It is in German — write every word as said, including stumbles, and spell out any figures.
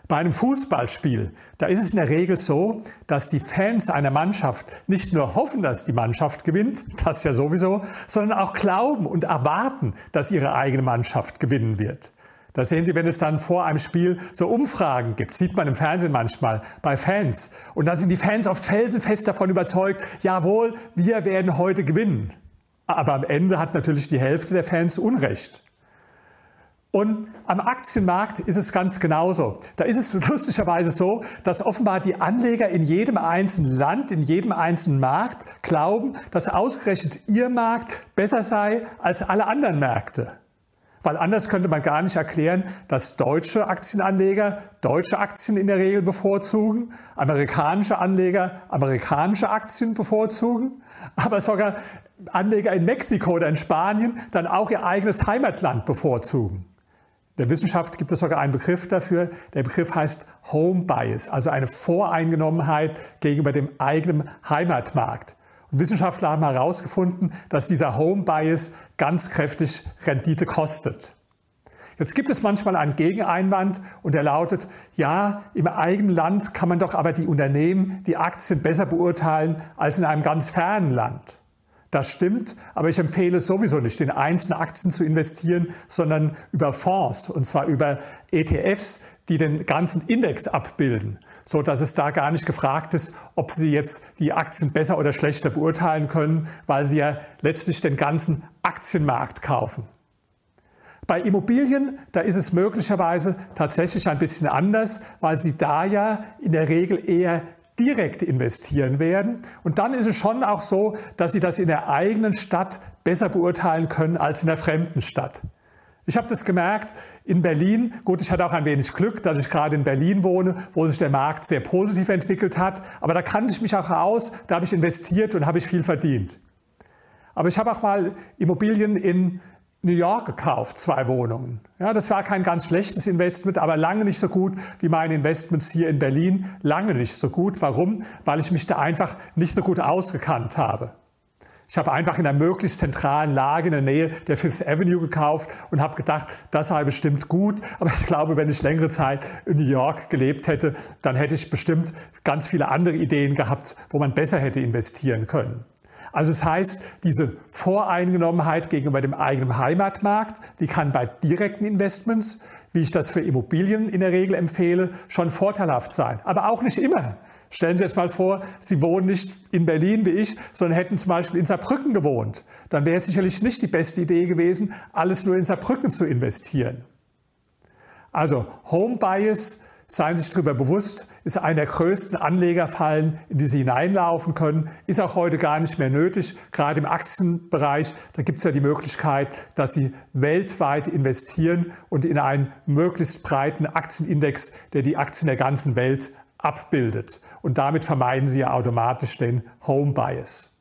Bei einem Fußballspiel, da ist es in der Regel so, dass die Fans einer Mannschaft nicht nur hoffen, dass die Mannschaft gewinnt, das ja sowieso, sondern auch glauben und erwarten, dass ihre eigene Mannschaft gewinnen wird. Das sehen Sie, wenn es dann vor einem Spiel so Umfragen gibt, sieht man im Fernsehen manchmal bei Fans. Und dann sind die Fans oft felsenfest davon überzeugt, jawohl, wir werden heute gewinnen. Aber am Ende hat natürlich die Hälfte der Fans Unrecht. Und am Aktienmarkt ist es ganz genauso. Da ist es lustigerweise so, dass offenbar die Anleger in jedem einzelnen Land, in jedem einzelnen Markt glauben, dass ausgerechnet ihr Markt besser sei als alle anderen Märkte. Weil anders könnte man gar nicht erklären, dass deutsche Aktienanleger deutsche Aktien in der Regel bevorzugen, amerikanische Anleger amerikanische Aktien bevorzugen, aber sogar Anleger in Mexiko oder in Spanien dann auch ihr eigenes Heimatland bevorzugen. In der Wissenschaft gibt es sogar einen Begriff dafür. Der Begriff heißt Home Bias, also eine Voreingenommenheit gegenüber dem eigenen Heimatmarkt. Und Wissenschaftler haben herausgefunden, dass dieser Home Bias ganz kräftig Rendite kostet. Jetzt gibt es manchmal einen Gegeneinwand und der lautet, ja, im eigenen Land kann man doch aber die Unternehmen, die Aktien besser beurteilen als in einem ganz fernen Land. Das stimmt, aber ich empfehle sowieso nicht, in einzelne Aktien zu investieren, sondern über Fonds, und zwar über E T Fs, die den ganzen Index abbilden, so dass es da gar nicht gefragt ist, ob Sie jetzt die Aktien besser oder schlechter beurteilen können, weil Sie ja letztlich den ganzen Aktienmarkt kaufen. Bei Immobilien, da ist es möglicherweise tatsächlich ein bisschen anders, weil Sie da ja in der Regel eher direkt investieren werden. Und dann ist es schon auch so, dass Sie das in der eigenen Stadt besser beurteilen können als in der fremden Stadt. Ich habe das gemerkt in Berlin. Gut, ich hatte auch ein wenig Glück, dass ich gerade in Berlin wohne, wo sich der Markt sehr positiv entwickelt hat. Aber da kannte ich mich auch aus, da habe ich investiert und habe ich viel verdient. Aber ich habe auch mal Immobilien in New York gekauft, zwei Wohnungen. Ja, das war kein ganz schlechtes Investment, aber lange nicht so gut wie meine Investments hier in Berlin. Lange nicht so gut. Warum? Weil ich mich da einfach nicht so gut ausgekannt habe. Ich habe einfach in einer möglichst zentralen Lage in der Nähe der Fifth Avenue gekauft und habe gedacht, das sei bestimmt gut. Aber ich glaube, wenn ich längere Zeit in New York gelebt hätte, dann hätte ich bestimmt ganz viele andere Ideen gehabt, wo man besser hätte investieren können. Also das heißt, diese Voreingenommenheit gegenüber dem eigenen Heimatmarkt, die kann bei direkten Investments, wie ich das für Immobilien in der Regel empfehle, schon vorteilhaft sein. Aber auch nicht immer. Stellen Sie sich jetzt mal vor, Sie wohnen nicht in Berlin wie ich, sondern hätten zum Beispiel in Saarbrücken gewohnt. Dann wäre es sicherlich nicht die beste Idee gewesen, alles nur in Saarbrücken zu investieren. Also Home Bias, seien Sie sich darüber bewusst, ist einer der größten Anlegerfallen, in die Sie hineinlaufen können, ist auch heute gar nicht mehr nötig. Gerade im Aktienbereich, da gibt es ja die Möglichkeit, dass Sie weltweit investieren und in einen möglichst breiten Aktienindex, der die Aktien der ganzen Welt abbildet. Und damit vermeiden Sie ja automatisch den Home Bias.